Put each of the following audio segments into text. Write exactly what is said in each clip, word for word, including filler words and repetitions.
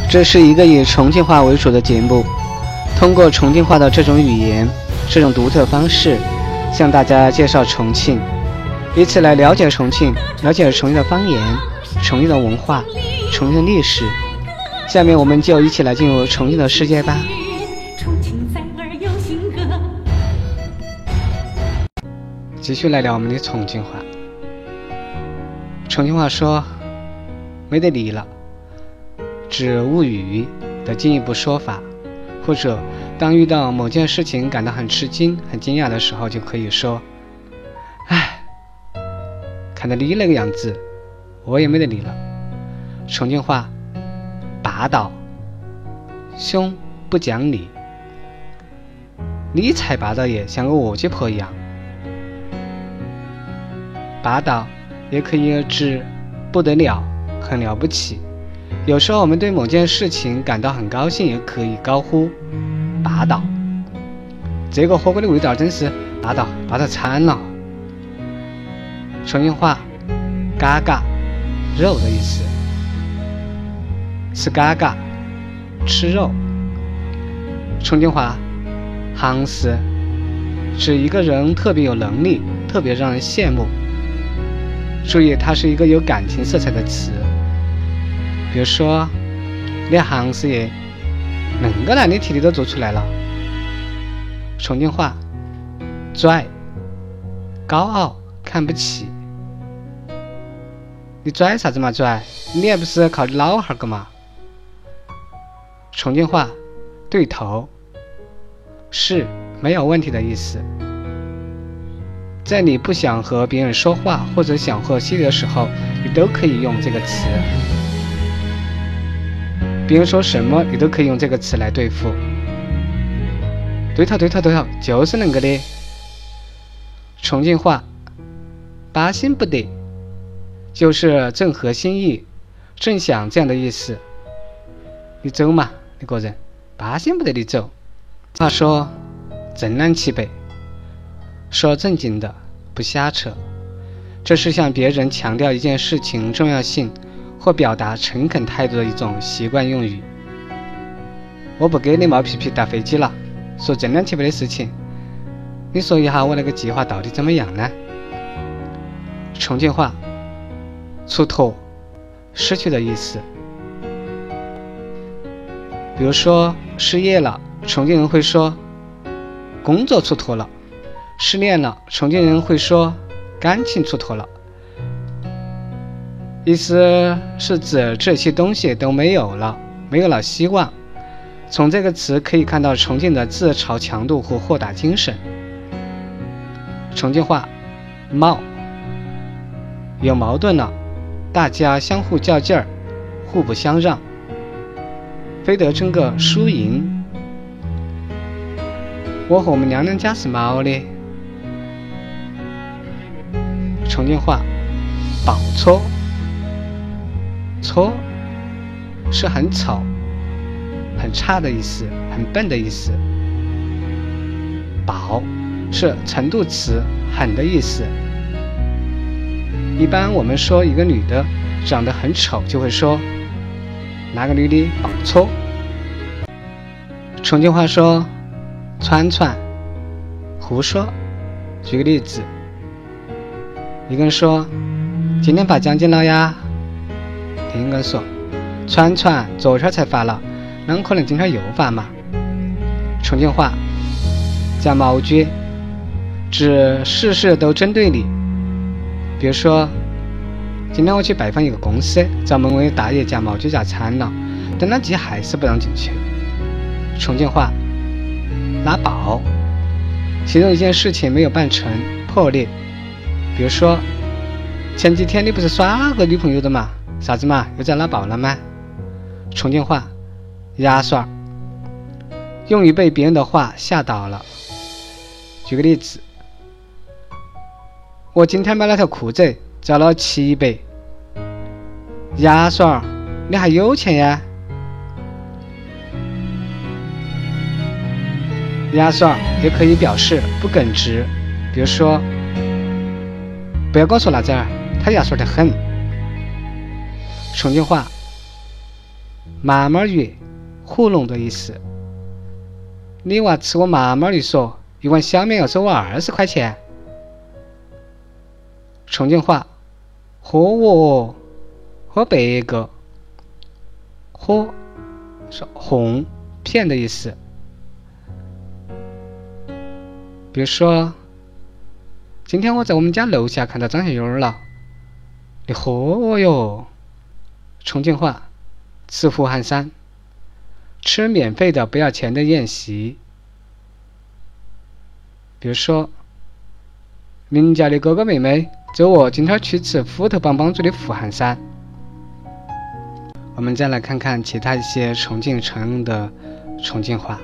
这是一个以重庆话为主的节目，通过重庆话的这种语言、这种独特方式，向大家介绍重庆，以此来了解重庆，了解重庆的方言、重庆的文化、重庆的历史。下面我们就一起来进入重庆的世界吧。继续来聊我们的重庆话。重庆话说没得力了，指无语的进一步说法，或者当遇到某件事情感到很吃惊、很惊讶的时候，就可以说：唉，看到你那个样子，我也没得力了。重庆话霸道、凶、不讲理，你才霸道耶，像个恶鸡婆一样。霸道也可以指不得了，很了不起。有时候我们对某件事情感到很高兴，也可以高呼霸道。这个火锅的味道真是霸道，霸道惨了。重庆话嘎嘎，肉的意思，吃嘎嘎，吃肉。重庆话行势，指一个人特别有能力，特别让人羡慕。注意，它是一个有感情色彩的词。比如说，你行势耶，恁个难的题你都做出来了。重庆话拽，高傲，看不起。你拽啥子嘛拽？你还不是靠你老汉个嘛？重庆话对头，是没有问题的意思。在你不想和别人说话或者想和稀里的时候，你都可以用这个词。别人说什么，你都可以用这个词来对付。对头对头对头，就是那个的。重庆话八心不得，就是正合心意，正想这样的意思。你走嘛，那个人八心不得你走。话说正南七北，说正经的，不瞎扯。这是向别人强调一件事情重要性或表达诚恳态度的一种习惯用语。我不给你冒皮皮搭飞机了，说正南七北的事情，你说一下我那个计划到底怎么样呢？重庆话蹉跎，失去的意思。比如说失业了，重庆人会说工作蹉跎了；失恋了，重庆人会说感情蹉跎了。意思是指这些东西都没有了，没有了希望。从这个词可以看到重庆的自嘲强度和豁达精神。重庆话冒，有矛盾了，大家相互较劲儿，互不相让，非得争个输赢。我和我们娘娘家是毛的。重庆话宝错，错是很丑、很差的意思，很笨的意思。宝是程度词，很的意思。一般我们说一个女的长得很丑，就会说那个女的宝错。重庆话说串串，胡说。举个例子，一个人说今天发奖金了呀，另一个人说串串昨天才发了，啷可能今天又发嘛？重庆话叫毛撅，指事事都针对你。比如说今天我去拜访一个公司，遭门卫大爷夹毛撅夹惨了，等了几还是不让进去。重庆话拉爆，形容一件事情没有办成，破裂。比如说前几天你不是耍了个女朋友的嘛，啥子嘛，又在拉爆了吗？重庆话牙刷，用于被别人的话吓倒了。举个例子，我今天买了条裤子，找了七百。牙刷，你还有钱呀？牙刷也可以表示不耿直，比如说不要跟我说那子儿，他牙刷得很。重庆话麻麻鱼，糊弄的意思。你娃吃我麻麻鱼说，一碗小面要收我二十块钱。重庆话，喝我，喝别个。喝是哄骗的意思。比如说，今天我在我们家楼下看到张小优了，你喝我哟。重庆话，吃胡汉三，吃免费的不要钱的宴席。比如说，邻家的哥哥妹妹走哦，今天去吃斧头帮帮主的胡汉三。我们再来看看其他一些重庆常用的重庆话。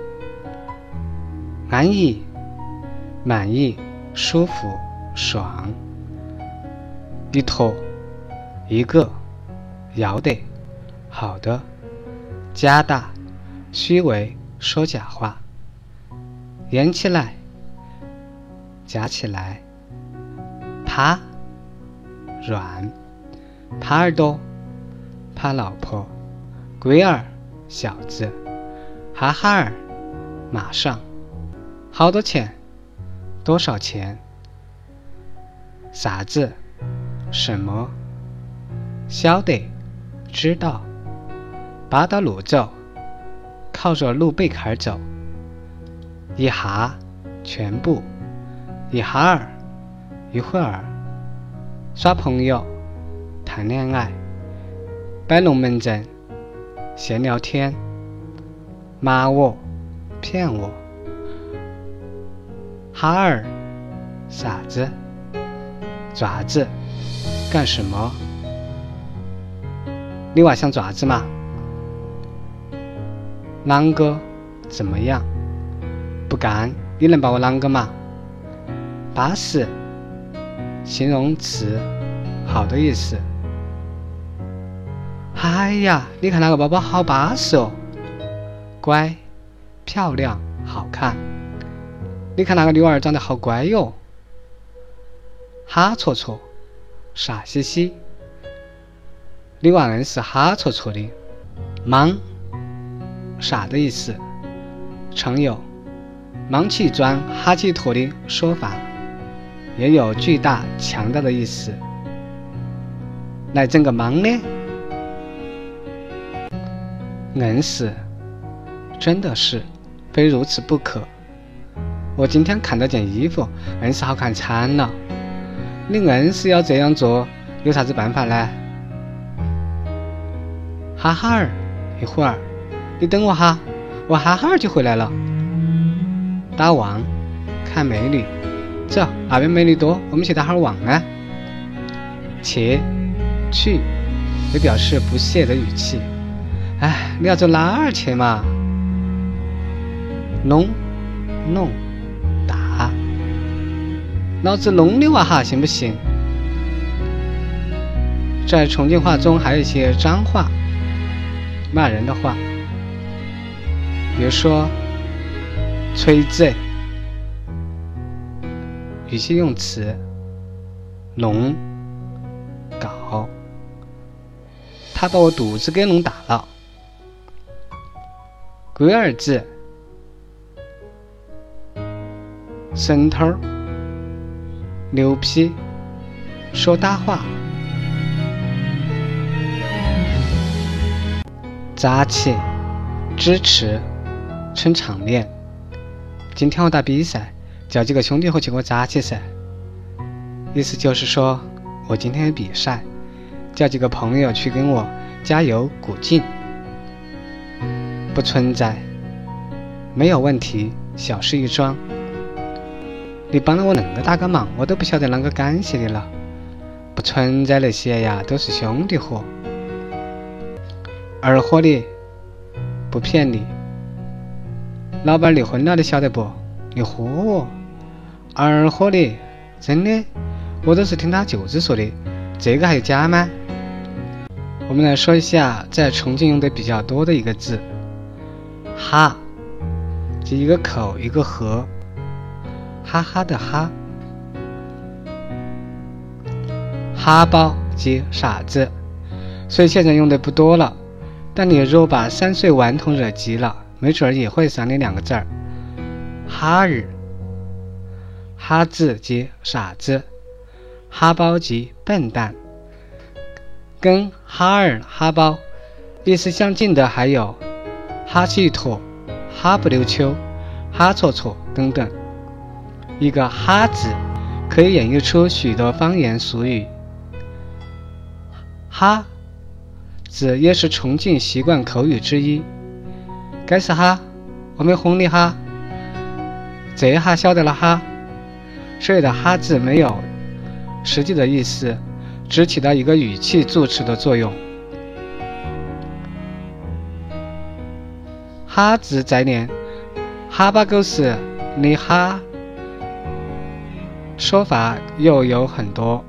安逸，满意，舒服，爽。一坨，一个，要得，好的。加大，虚伪，说假话。演起来，加起来。趴，软，耙耳朵，耙老婆。龟儿，小子。哈哈儿，马上。好多钱，多少钱。啥子，什么。晓得，知道。八道路走，靠着路背坎走。一下，全部。一哈儿，一会儿。耍朋友，谈恋爱。摆龙门阵，闲聊天。骂我，骗我。哈儿，傻子。爪子，干什么？你娃想爪子吗？啷个，怎么样？不干，你能把我啷个吗？巴适，形容词，好的意思。哎呀，你看那个包包好巴适哦。乖，漂亮，好看。你看那个女儿长得好乖哟。哈戳戳，傻兮兮。你娃硬是哈戳戳的。忙，傻的意思。常有忙起一桩哈起一坨的说法，也有巨大强大的意思。来整个忙呢？硬是，真的是，非如此不可。我今天看到件衣服，硬是好看惨了。你硬是要这样做，有啥子办法呢？哈哈儿，一会儿，你等我哈，我哈哈儿就回来了。打望，看美女，走，那边美女多，我们去打会儿望啊。去，去，也表示不屑的语气。哎，你要走哪儿去嘛？弄，弄，打，老子弄你娃哈，行不行？在重庆话中还有一些脏话，骂人的话，比如说锤子，语气用词，弄，搞，他把我肚子给弄大了。龟儿子，神头，牛批，说大话。扎起，支持，撑场面。今天我打比赛，叫几个兄弟伙去给我扎起噻。意思就是说我今天有比赛，叫几个朋友去跟我加油鼓劲。不存在，没有问题，小事一桩。你帮了我那个大个忙，我都不晓得啷个感谢你了。不存在那些呀，都是兄弟伙。二货的，不骗你。老板离婚了，你晓得不？你唬我。二货的，真的，我都是听他舅子说的，这个还有假吗？我们来说一下在重庆用的比较多的一个字，哈，即一个口一个合，哈哈的哈。哈包即傻子，所以现在用的不多了， 但你若把三岁顽童惹急了，没准也会赏你两个字儿。哈儿，哈字即傻子，哈包即笨蛋。跟哈儿、哈包意思相近的还有哈气坨、哈不溜秋、哈错错等等。一个哈字可以演绎出许多方言俗语。哈字也是重庆习惯口语之一。该是哈，我没哄你哈，这哈晓得了哈。这里的哈字没有实际的意思，只起到一个语气助词的作用。哈字再念哈巴狗屎，你哈说法又有很多。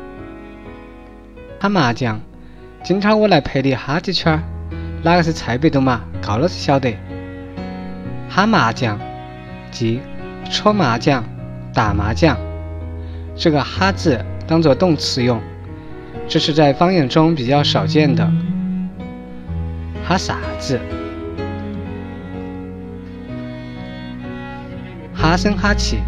哈麻将，今天我来陪你哈几圈，哪个是菜别懂嘛？告老师晓得。哈麻将即搓麻将、打麻将，这个哈字当作动词用，这是在方言中比较少见的。哈傻子，哈声哈气，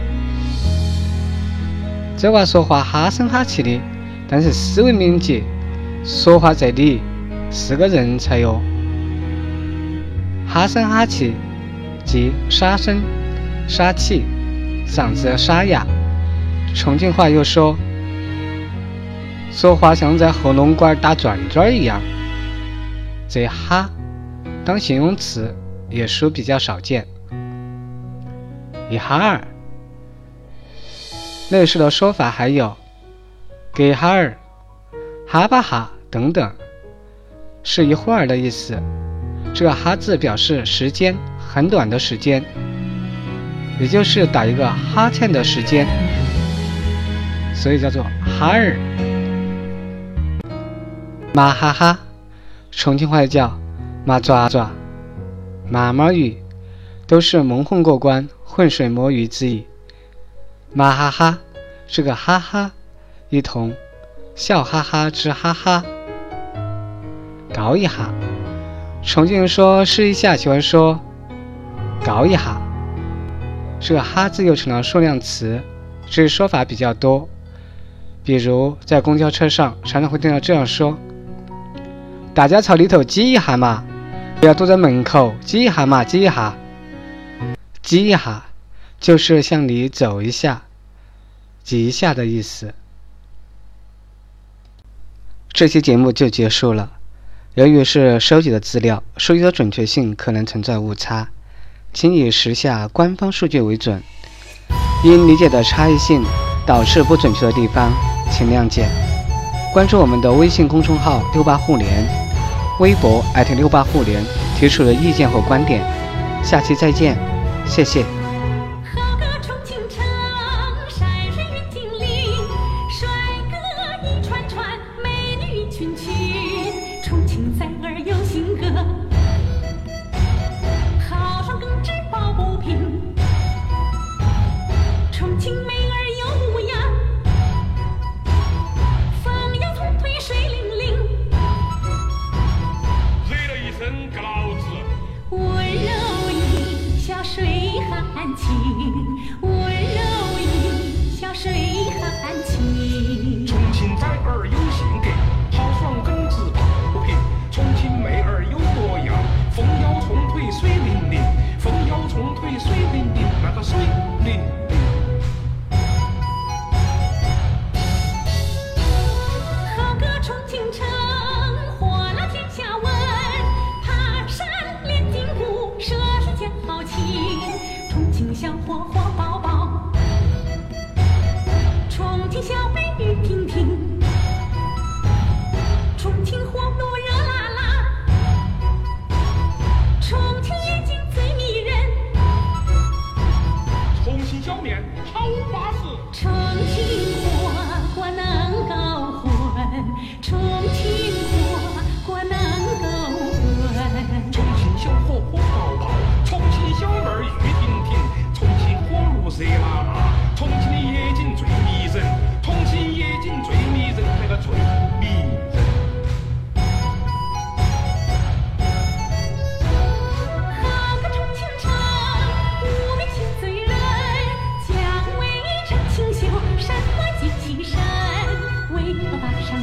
这娃说话哈声哈气的，但是思维敏捷，说话在理，是个人才哟。哈声哈气即沙声、沙气，嗓子沙哑。重庆话又说，说话像在喉咙管打转转一样。这哈当形容词也属比较少见。一哈儿，类似的说法还有给哈儿、哈巴哈等等，是一会儿的意思。这个哈字表示时间，很短的时间，也就是打一个哈欠的时间，所以叫做哈儿。麻哈哈，重庆话叫麻抓抓、麻毛鱼，都是蒙混过关、浑水摸鱼之意。麻哈哈，这个哈哈一同笑哈哈之哈哈。搞一哈，重庆人说试一下喜欢说搞一哈，这个哈字又成了数量词，这说法比较多。比如在公交车上常常会听到这样说，大家朝里头挤一下嘛，不要躲在门口，挤一下嘛，挤一下。挤一下就是向里走一下，挤一下的意思。这期节目就结束了。由于是收集的资料，数据的准确性可能存在误差，请以时下官方数据为准。因理解的差异性导致不准确的地方，请谅解。关注我们的微信公众号六八互联，微博艾特六八互联，提出的意见或观点。下期再见，谢谢。 温柔一笑水含情，重庆崽儿有性格，豪爽。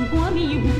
过迷雾。